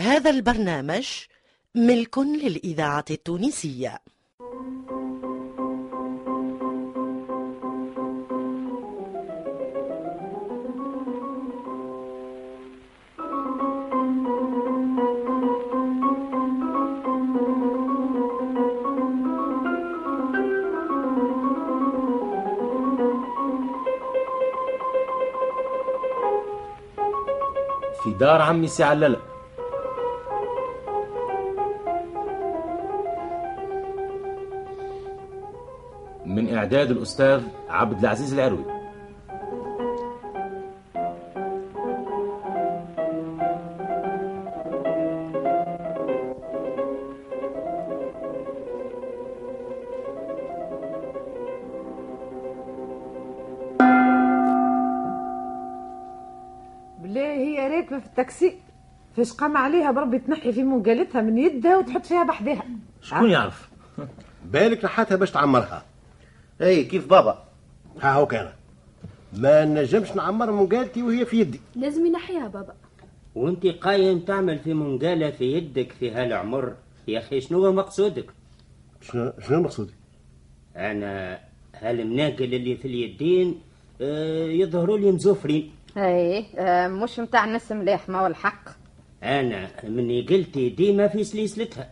هذا البرنامج ملك للإذاعة التونسية. في دار عمي سي علالة. من إعداد الأستاذ عبد العزيز العروي. بالله هي راكبه في التاكسي فاش قام عليها بربي تنحي في منقالتها من يدها وتحط فيها بحدها. شكون يعرف؟ بالك نحاتها باش تعمرها. اي كيف بابا؟ ها هو كان ما نجمش نعمر منقالتي وهي في يدي. لازم ينحيها بابا. وانت قايم تعمل في منقالة في يدك في هالعمر يا اخي؟ شنو هو مقصودك؟ شنو مقصودي؟ انا هالمناقل اللي في اليدين يظهروا لي مزوفرين. اي مش متاع الناس مليح ما هو الحق. انا مني قلتي ديما في سلسلتها.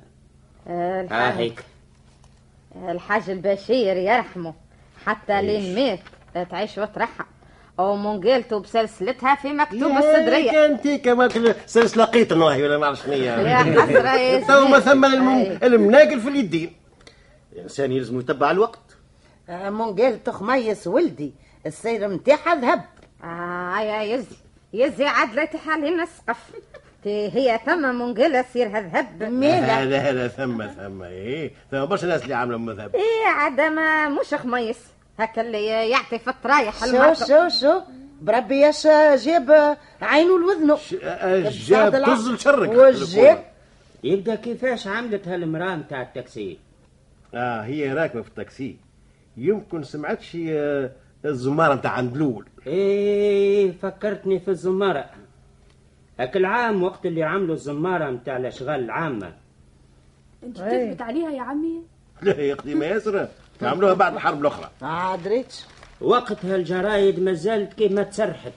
هيك الحاج البشير يرحمه حتى لين مات تعيش وترحم او منقلته بسلسلتها في مكتوب الصدريه. كانت كما سلسله قيطن ولا ما عرفش شنو هي. يا حسره يا تو ما ثم المناقل في اليدين. الانسان يلزم يتبع الوقت. منقلت خميس ولدي السير متاعها ذهب. يا يزي عاد لا تحالي نسقف هي ثم منقلة سيرها ذهب. لا ثم ايه ثم برشا ناس اللي عامله مذهب. ايه عاد ما مش خميس هكا اللي يعطي في الطرايح. شو بربي ياش جاب عينه لوذنه جاب طز لشرك وجاب. يبدا كيفاش عملت هالمراه نتاع التاكسي؟ هي راكبه في التاكسي يمكن سمعتش الزماره نتاع عند الاول. ايه فكرتني في الزماره هاك العام وقت اللي عملوا الزماره نتاع الاشغال العامه. انت تثبت عليها يا عمي؟ لا يا اختي ما ياسر عملوها بعد الحرب الاخرى. دريتش وقتها الجرايد ما زالت كيف ما تسرحت.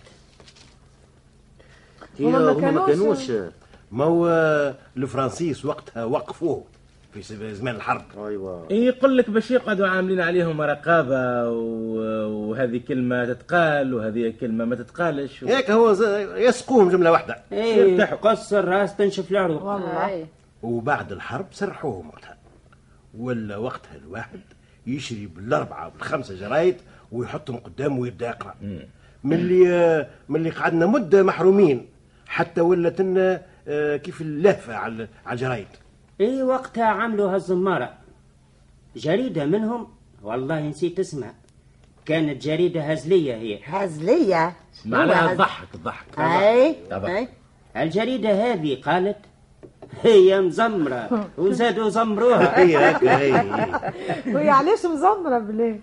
هما ما كانوش ما هو الفرنسيس وقتها وقفوه في زمان الحرب. ايوه يقول لك باش يقعدوا عاملين عليهم رقابه وهذه كلمه تتقال وهذه كلمه ما تتقالش هيك هو يسقوهم جمله واحده. يفتح قص الراس تنشف العروق والله. وبعد الحرب سرحوهم وقتها ولا وقتها الواحد يشري بالاربعه بالخمسه جرايد ويحطهم قدامه ويبدا يقرا. من اللي قعدنا مده محرومين حتى ولت لنا كيف اللهفه على الجرايد. ايه وقتها عملوا هالزماره جريده منهم والله نسيت اسمها. كانت جريده هزليه. هي هزليه معناها تضحك. اي الجريده هذه قالت هي مزمره وزادوا زمروها. هي هكا وهي علاش مزمره بليه؟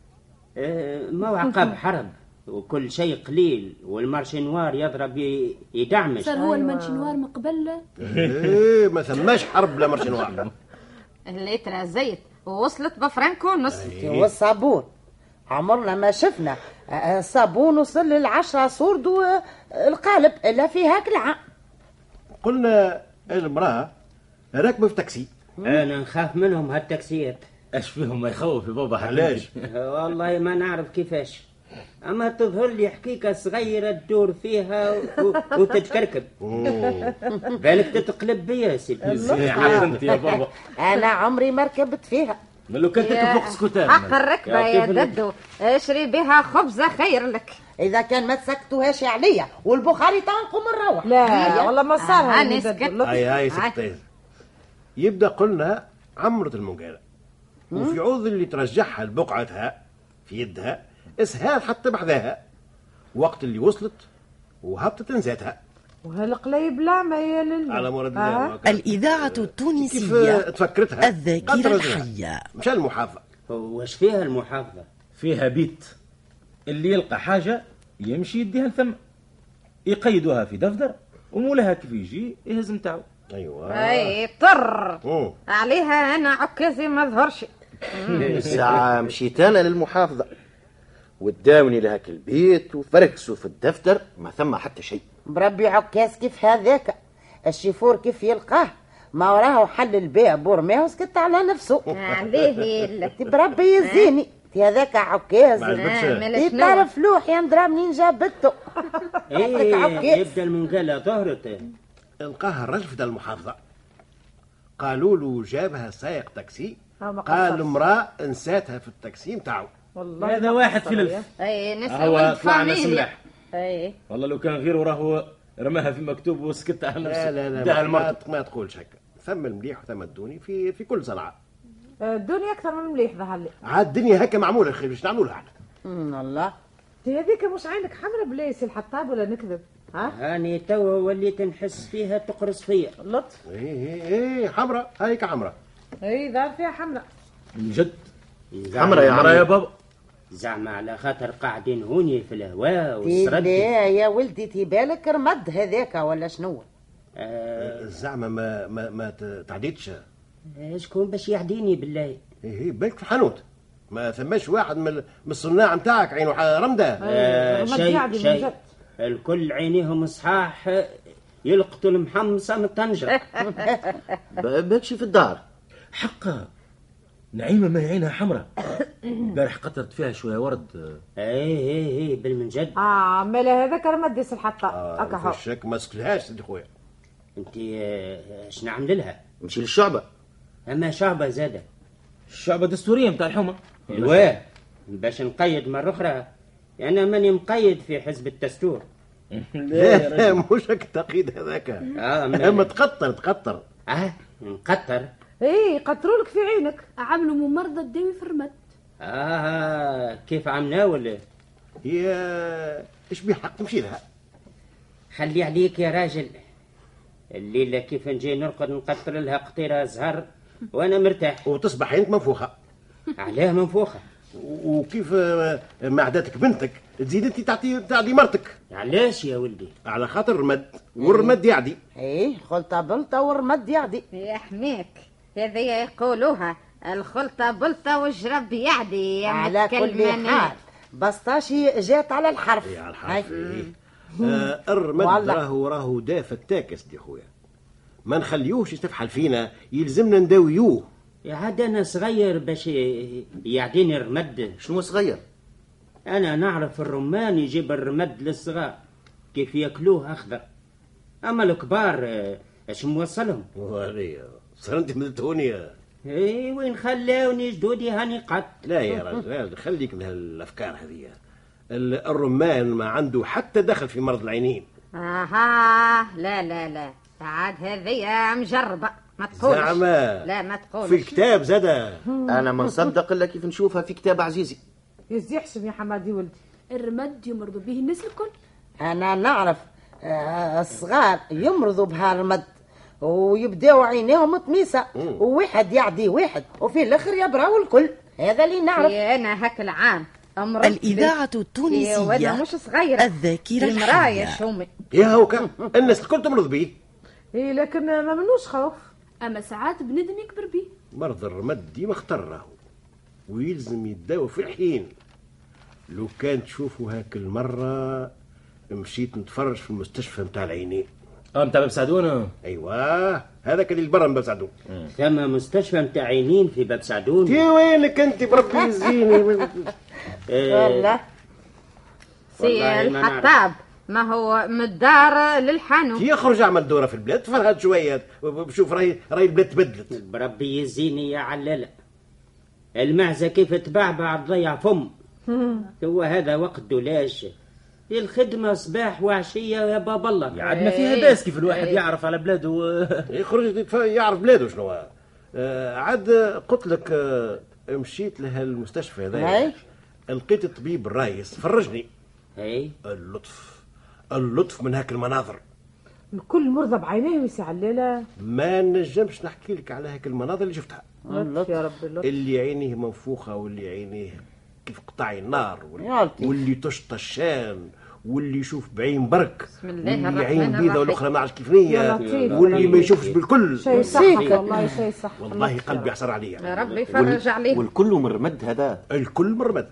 موعقب حرب وكل شيء قليل والمارشينوار يضرب يدعمش. صار هو المارشينوار من قبل. ايه ما ثماش حرب لا مارشينوار. الليترة زيت ووصلت بفرنكو ونص. والصابون عمرنا ما شفنا صابون وصل لل10 صورد القالب الا في هاك العام. قلنا المراه راكبه في تاكسي. انا نخاف منهم هالتاكسيات. اش فيهم ما يخوف يا بابا؟ علاش؟ والله ما نعرف كيفاش اما تظهر لي حقيقه صغيره تدور فيها وتتكركب. بالك تتقلب بيا سيدي. حسنت يا بابا. انا عمري ما ركبت فيها. لو كنت فوق سكوتان حق الركبه يا ددو اشري بها خبزه خير لك. اذا كان ما تسكتوهاش عليا والبخاري تنقم نروح. لا والله ما صار. هاني سكت. هاي سكتين. يبدا قلنا عمرت المنقاله وفي عوض اللي ترجعها لبقعتها في يدها اسهال حتى بحذاها وقت اللي وصلت وهبطت نزاتها. وهالقلايب لعمة يا لله على مراد الله. الإذاعة التونسية كيف تفكرتها الذاكرة الحية. مش المحافظة. واش فيها المحافظة؟ فيها بيت اللي يلقى حاجة يمشي يديها لثم يقيدوها في دفتر ومولاها كيف يجي يهز متاعو. ايوه اي طر مم. عليها انا عكازي ما ظهرش. الساعة مشيت أنا للمحافظة وداوني لهاك البيت وفركسوا في الدفتر ما ثم حتى شيء. بربي عكاز كيف هذاك الشيفور كيف يلقاه ما وراه حل البيع بورماه وسكت على نفسه. عليه بربي يزيني هذاك عكاز تعرف لوح يا مدرا منين جابته. ايه يبدا المنقلة ظهرت. لقاها الرجل في المحافظة، قالوا له جابها سائق تاكسي، قال امرأة انساتها في التاكسي متاعو. والله هذا واحد في الف. اي هو طلع ناس ملاح. اي والله لو كان غيره راهو رماها في مكتوب وسكت على نفسه. لا ما تقولش هكا، ثم المليح وثم الدوني في كل صنعة. الدنيا اكثر من المليح ظهر لي. عاد الدنيا هكا معمولة خير باش نعملوها احنا. الله هذيك مش عينك حمرا بلايس الحطاب ولا نكذب؟ ها هاني توا وليت نحس فيها تقرص فيا. لطف. ايه حمرا هايك حمرا. اي دار فيها حمرا من جد حمرا يا عمرا يا بابا. زعما على خاطر قاعدين هوني في الهواء والسرد. لا يا ولدي تيبالك رمد هذاك ولا شنو؟ زعما ما تعديتش. شكون باش يعديني بالله؟ ايه بالك في الحانوت ما ثماش واحد من الصناع نتاعك عينه رمده. شيء الكل عينيهم صحاح يلقطوا المحمصة من الطنجرة. باكشي في الدار حقا نعيمة ما عينها حمراء. بارح قطرت فيها شوية ورد. ايه بالمنجد. مالا هذاك رمدس الحطاب. هو في الشك ما سكلهاش سيدي خويا. انت اش نعمل لها؟ نمشي للشعبة. اما شعبة زادة الشعبة دستورية متاع الحومة. الواه باش نقيد مرة أخرى. أنا ماني مقيد في حزب الدستور. لا مش هك التقييد هذاك. اما تقطر نقطر. ايه يقطروا لك في عينك. عملوا ممرضة داوي في الرمد. كيف عملنا ولا؟ هي ايش بحق نمشي لها؟ خلي عليك يا راجل. الليلة كيف نجي نرقد نقطر لها قطيرة زهر وانا مرتاح. وتصبح انت منفوخة. علاه منفوخة؟ وكيف معدتك بنتك تزيد انت تعدي مرتك. علاش يا ولدي؟ على خاطر الرمد والرمد يعدي. ايه خلطة بلطة والرمد يعدي. يا حميك هذه يقولوها الخلطة بلطة والجرب يعدي. على كل حال بسطاشي جات على الحرف. على الحرف. الرمد راهو دافة تاكس دي خويا، ما نخليوهش يستفحل فينا، يلزمنا نداويوه. يا عاد انا صغير باش يعديني الرمد. شنو صغير؟ انا نعرف الرمان يجيب الرمد للصغار كيف ياكلوه اخضر، اما الكبار اش موصلهم؟ صار انت مدتوني. اي وين خلاوني جدودي هاني قط. لا يا رجال خليك من هالافكار هذه. الرمان ما عنده حتى دخل في مرض العينين. لا عاد هذه مجربة ما تقولش. لا ما تقولش في الكتاب زاده. انا ما نصدق الا كيف نشوفها في كتاب عزيزي. يحسن يا حمادي ولدي. الرمد يمرضوا به الناس الكل. انا نعرف الصغار يمرضوا بها الرمد ويبداو عينيهم طميسة وواحد يعدي واحد وفي الاخر يبراو الكل. هذا اللي نعرف. انا هك العام الإذاعة التونسية مش صغيرة الذاكرة المراية شومي. يا هوكا الناس الكل تمرض بيه. ايه لكن ما منوش خوف. اما ساعات بندم يكبر بيه. مرض الرمد ديما خطر راهو ويلزم يداوى في الحين. لو كان تشوفوا هاك المرة مشيت نتفرج في المستشفى متاع العينين. متاع باب سعدون. ايوه هذاك اللي برا من باب سعدون. ثم مستشفى متاع عينين في باب سعدون. تي وينك انت بربي يزيني. والله سي الحطاب ما هو من الدار للحانوت. يخرج اعمل دوره في البلاد فرهد شويه بشوف راهي البلاد تبدلت. بربي يزيني يا علالة. المعزة كيف تبعبع تضيع فم. هو هذا وقت دولاش. الخدمة صباح وعشية يا باب الله. عاد ما فيها باس كيف الواحد يعرف على بلاده. يخرج يعرف بلاده شنو. عاد قلت لك مشيت لها المستشفى هذا لقيت الطبيب الرايس فرجني. اللطف من هاك المناظر. الكل مرضى بعينيهم يسي علالة. ما نجمش نحكي لك على هاك المناظر اللي شفتها. يا رب اللطف. اللي عينيه منفوخة واللي عينيه كيف قطعي النار واللي تشطى الشان واللي يشوف بعين برك، الله واللي الرحمن عين بيضة الرحيم. والاخرى ما عرفش كيف نية، يا لطيف. واللي ما يشوفش بالكل. شيء صح والله، شيء صح. والله قلبي يحسر عليه يا ربي يفرج عليه. والكل مرمد هذا. الكل مرمد.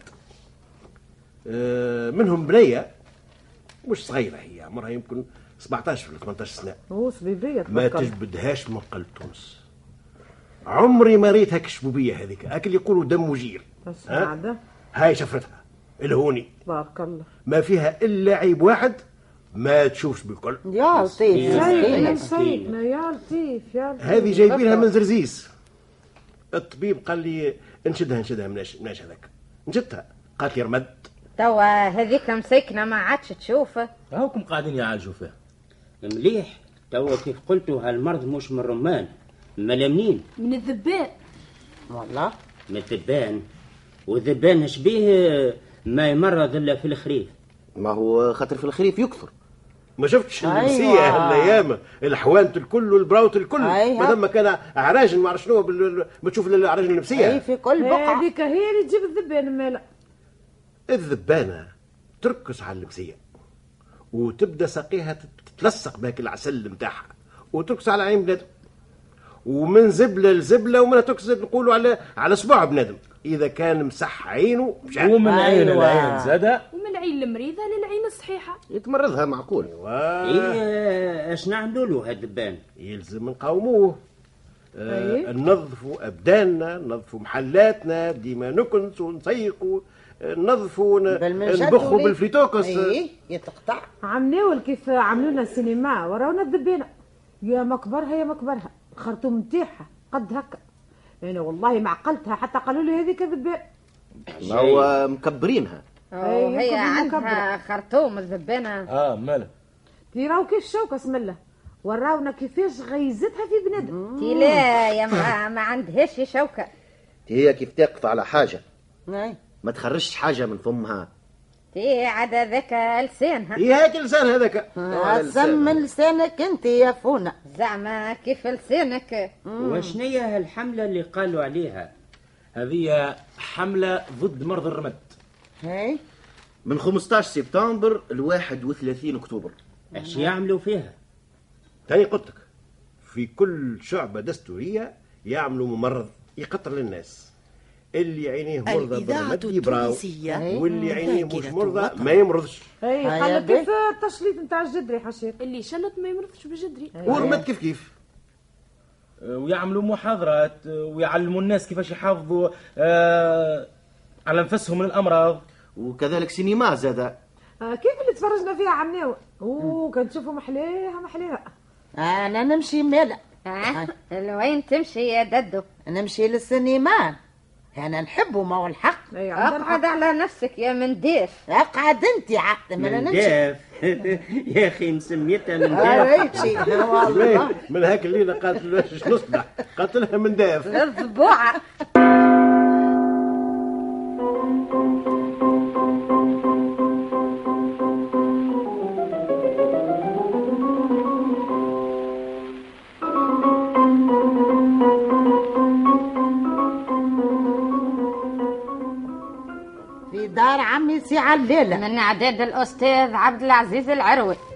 منهم بنية مش صغيرة، هي عمرها يمكن 17 ولا 18 سنة، صبيبية ما تجبدهاش من قلب تونس. عمري ما ريتها كشبوبية هذيك، اكل يقولوا دم وجير. هاي شفرتها الهوني بارك الله، ما فيها الا عيب واحد، ما تشوفش بالكل. يا لطيف سيدنا يا لطيف يا لطيف. هذه جايبينها من زرزيس. الطبيب قال لي انشدها مناش هذاك. نشدتها قالت لي رمد. توا هذيك مسكنه ما عادش تشوفه. هاكم قاعدين يعالجوا فيها. مليح. توا كيف قلتوا هالمرض مش من الرمان، مالا منين؟ من الذبان. والله من الذبان. والذبان شبيه ما يمرض الا في الخريف. ما هو خاطر في الخريف يكثر. ما شفتش النمسية هالايام، الحوانت الكل والبراوت الكل. ما ثم كان اعراج ما عرف شنو ما تشوف الاعراج النفسية. في كل بقعة. هذيك هي اللي تجيب الذبان مالا. الذبانة تركز على النفسية وتبدا ساقيها تتلصق بهاك العسل نتاعها وتركز على عين بنادم، ومن زبله لزبله، ومن تركز نقولوا على صباع بنادم. اذا كان مسح عينه مشان ومن عين العين زاده، ومن العين المريضه للعين الصحيحه يتمرضها معقول. ايه اش نعملوا له هالذبان؟ يلزم نقاوموه. ننظفوا ابداننا، ننظفوا محلاتنا، ديما نكنس ونسيقوا، ننظفوا نبخوا بالفليتوكس. يتقطع. عملوا كيف عملوا لنا السينما وراونا الذبانه، يا مكبرها يا مكبرها، خرطوم نتاعها قد هكا. يعني والله ما عقلتها، حتى قالوا لي هذيك ذبان. ما هو مكبرينها. هي عندها خرطوم الذبانه. ماله تراو كيف شوكه اسم الله، وراونا كيفاش غيزتها في بنادم. لا يا ما عندهاش شوكه. هي كيف تقف على حاجه ما تخرجش حاجه من فمها. عاد ذاك لسانها. هيك لسان هذاك. سمن لسانك انت يا فونا. زعما كيف لسانك. وشنية هالحملة اللي قالوا عليها؟ هذه حملة ضد مرض الرمد. هاي من 15 سبتمبر ل 31 اكتوبر. ايش يعملوا فيها؟ تاني قلت لك في كل شعبة دستورية يعملوا ممرض يقطر للناس. اللي عينيه مرضى بالرمد يبراو، واللي عينيه مش مرضى ما يمرضش. قال لك كيف التشليط نتاع الجدري حشيت، اللي شلت ما يمرضش بالجدري. والرمد كيف ويعملوا محاضرات ويعلموا الناس كيفاش يحافظوا على انفسهم من الامراض. وكذلك سينما زاده. كيف اللي تفرجنا فيها عمناوي كنشوفوا محليها. انا نمشي مالا. وين تمشي يا ددو؟ نمشي للسينما، انا نحبه ما هو الحق. اقعد على نفسك يا منداف. اقعد انت عاد ما نمشي. يا اخي مسميتها منداف. والله من هاك الليله قالت له ايش نصبح، قالت لها منداف الضبوعه. دار عمي سي عليلة من اعداد الاستاذ عبد العزيز العروي.